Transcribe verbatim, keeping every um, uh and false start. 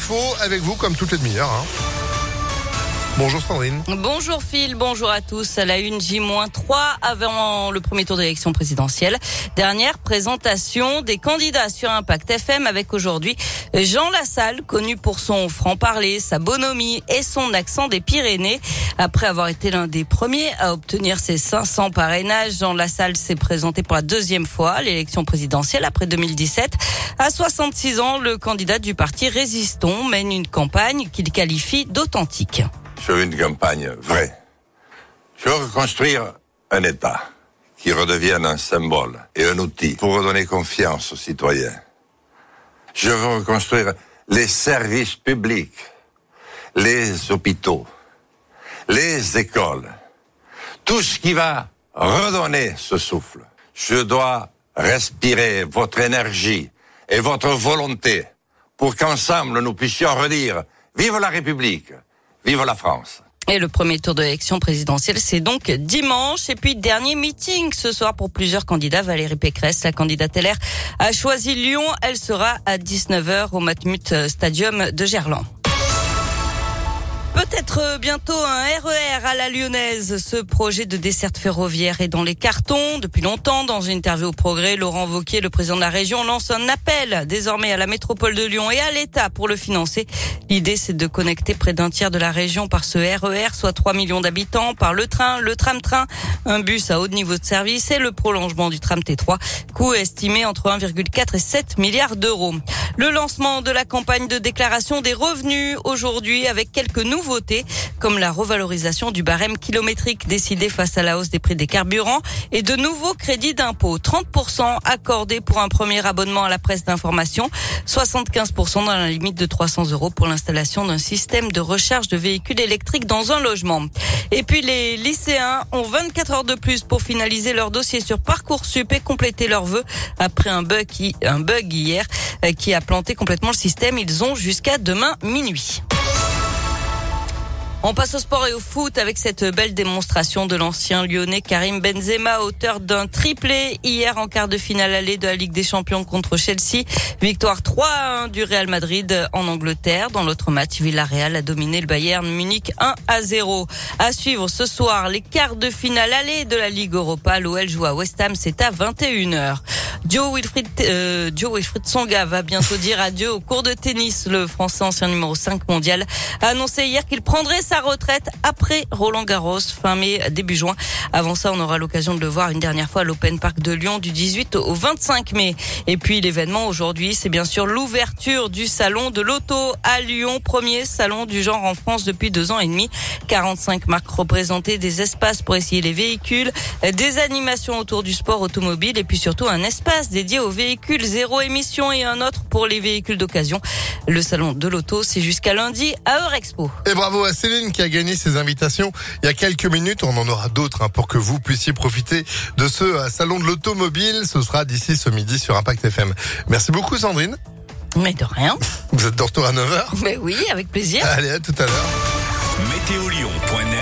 l'info avec vous comme toutes les demi-heures. Hein. Bonjour Sandrine. Bonjour Phil, bonjour à tous. À la une, J moins trois avant le premier tour de l'élection présidentielle. Dernière présentation des candidats sur Impact F M avec aujourd'hui Jean Lassalle, connu pour son franc-parler, sa bonhomie et son accent des Pyrénées. Après avoir été l'un des premiers à obtenir ses cinq cents parrainages, Jean Lassalle s'est présenté pour la deuxième fois à l'élection présidentielle après deux mille dix-sept. À soixante-six ans, le candidat du parti Résistons mène une campagne qu'il qualifie d'authentique. Je veux une campagne vraie. Je veux reconstruire un État qui redevienne un symbole et un outil pour redonner confiance aux citoyens. Je veux reconstruire les services publics, les hôpitaux, les écoles, tout ce qui va redonner ce souffle. Je dois respirer votre énergie et votre volonté pour qu'ensemble nous puissions redire « Vive la République !» Vive la France! Et le premier tour de l'élection présidentielle, c'est donc dimanche. Et puis, dernier meeting ce soir pour plusieurs candidats. Valérie Pécresse, la candidate L R, a choisi Lyon. Elle sera à dix-neuf heures au Matmut Stadium de Gerland. Peut-être bientôt un R E R à la lyonnaise. Ce projet de desserte ferroviaire est dans les cartons depuis longtemps. Dans une interview au Progrès, Laurent Wauquiez, le président de la région, lance un appel désormais à la métropole de Lyon et à l'État pour le financer. L'idée, c'est de connecter près d'un tiers de la région par ce R E R, soit trois millions d'habitants, par le train, le tram-train, un bus à haut niveau de service et le prolongement du tram T trois. Coût estimé entre un virgule quatre et sept milliards d'euros. Le lancement de la campagne de déclaration des revenus aujourd'hui avec quelques nouveautés comme la revalorisation du barème kilométrique décidé face à la hausse des prix des carburants et de nouveaux crédits d'impôt. trente pour cent accordés pour un premier abonnement à la presse d'information, soixante-quinze pour cent dans la limite de trois cents euros pour l'installation d'un système de recharge de véhicules électriques dans un logement. Et puis les lycéens ont vingt-quatre heures de plus pour finaliser leur dossier sur Parcoursup et compléter leurs vœux après un bug, un bug hier qui a planté complètement le système. Ils ont jusqu'à demain minuit. On passe au sport et au foot avec cette belle démonstration de l'ancien lyonnais Karim Benzema, auteur d'un triplé hier en quart de finale aller de la Ligue des Champions contre Chelsea. Victoire trois à un du Real Madrid en Angleterre. Dans l'autre match, Villarreal a dominé le Bayern Munich un à zéro. À suivre ce soir, les quarts de finale aller de la Ligue Europa. L'O L joue à West Ham, c'est à vingt et une heures. Joe Wilfried, euh, Joe Wilfried Tsonga va bientôt dire adieu au cours de tennis. Le Français ancien numéro cinq mondial a annoncé hier qu'il prendrait sa retraite après Roland Garros fin mai, début juin. Avant ça, on aura l'occasion de le voir une dernière fois à l'Open Park de Lyon du dix-huit au vingt-cinq mai. Et puis l'événement aujourd'hui, c'est bien sûr l'ouverture du salon de l'auto à Lyon, premier salon du genre en France depuis deux ans et demi. quarante-cinq marques représentées, des espaces pour essayer les véhicules, des animations autour du sport automobile et puis surtout un espace dédié aux véhicules zéro émission et un autre pour les véhicules d'occasion. Le salon de l'auto, c'est jusqu'à lundi à Eurexpo. Et bravo à Céline qui a gagné ses invitations il y a quelques minutes. On en aura d'autres hein, pour que vous puissiez profiter de ce euh, salon de l'automobile. Ce sera d'ici ce midi sur Impact F M. Merci beaucoup Sandrine. Mais de rien. Vous êtes de retour à neuf heures. Mais oui, avec plaisir. Allez, à tout à l'heure. météo lyon point net